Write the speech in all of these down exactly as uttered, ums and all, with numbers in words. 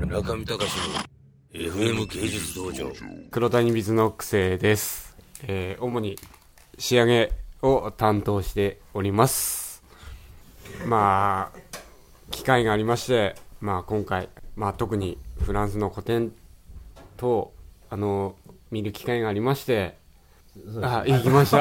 中見隆の エフエム 芸術道場。 黒谷水のくせです、えー、主に仕上げを担当しております。まあ機会がありまして、まあ、今回、まあ、特にフランスの古典とあの見る機会がありまして、あ、行きました。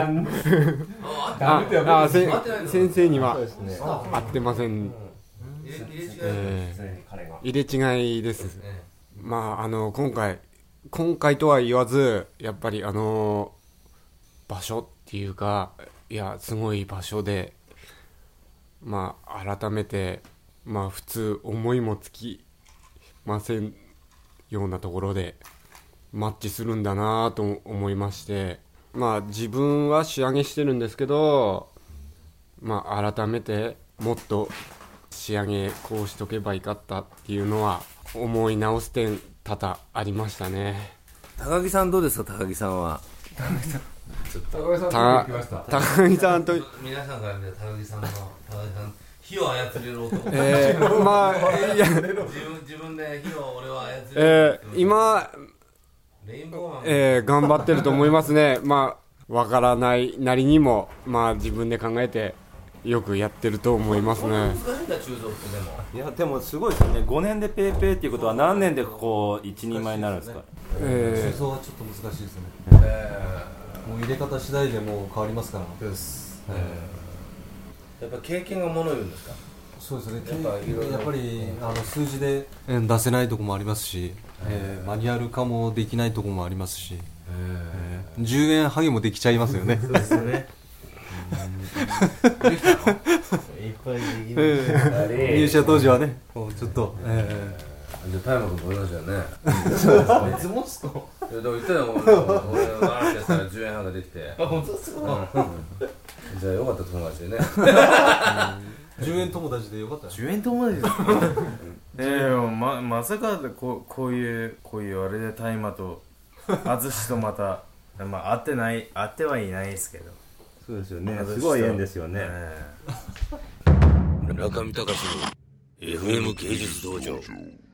ああせ先生には会ってません。えー、入れ違いです。まああの今回今回とは言わず、やっぱりあの場所っていうか、いやすごい場所で、まあ改めて、まあ普通思いもつきませんようなところでマッチするんだなと思いまして、まあ自分は仕上げしてるんですけど、まあ改めてもっと仕上げこうしとけばいいかったっていうのは思い直す点多々ありましたね。 高木さんどうですか？高木さんは高木さんと来ました。 高木さんと皆さんから見た高木さんの高木さん火を操れる男、 えー、まあいや自分自分で火を俺は操れる、 えー、今レインボーマン、 えー、頑張ってると思いますね。まあわからないなりにも、まあ自分で考えてよくやってると思いますね。 難しいんだ鋳造って。でもいやでもすごいですよね。ごねんでペーペーっていうことは何年でこう一人前になるんですか？ 鋳えー、 造はちょっと難しいですね。もう入れ方次第でもう変わりますから。です。 やっぱ経験がもの言うんですか？ そうですね。 やっぱいろいろやっぱりあの数字で出せないとこもありますし、えー、マニュアル化もできないとこもありますし、えー、じゅうえんハゲもできちゃいますよね。 そうですよね。できたの？いっぱいできる、 えー、入社当時はね、こうちょっと、えー、じゃあ大麻君と同じだよね。いつもっすか？いやでも言ったよ、俺が話してたらじゅうえんはんができて。あ、本当ですか？じゃあよかった友達でね。 じゅうえん友達でよかった。 じゅうえん友達ですか？えー、ま, まさかこ う, こういうこういうあれで大麻と淳とまたまあ会ってない会ってはいないですけど。 そうですよね。すごい縁ですよね。 中見隆の エフエム 芸術道場。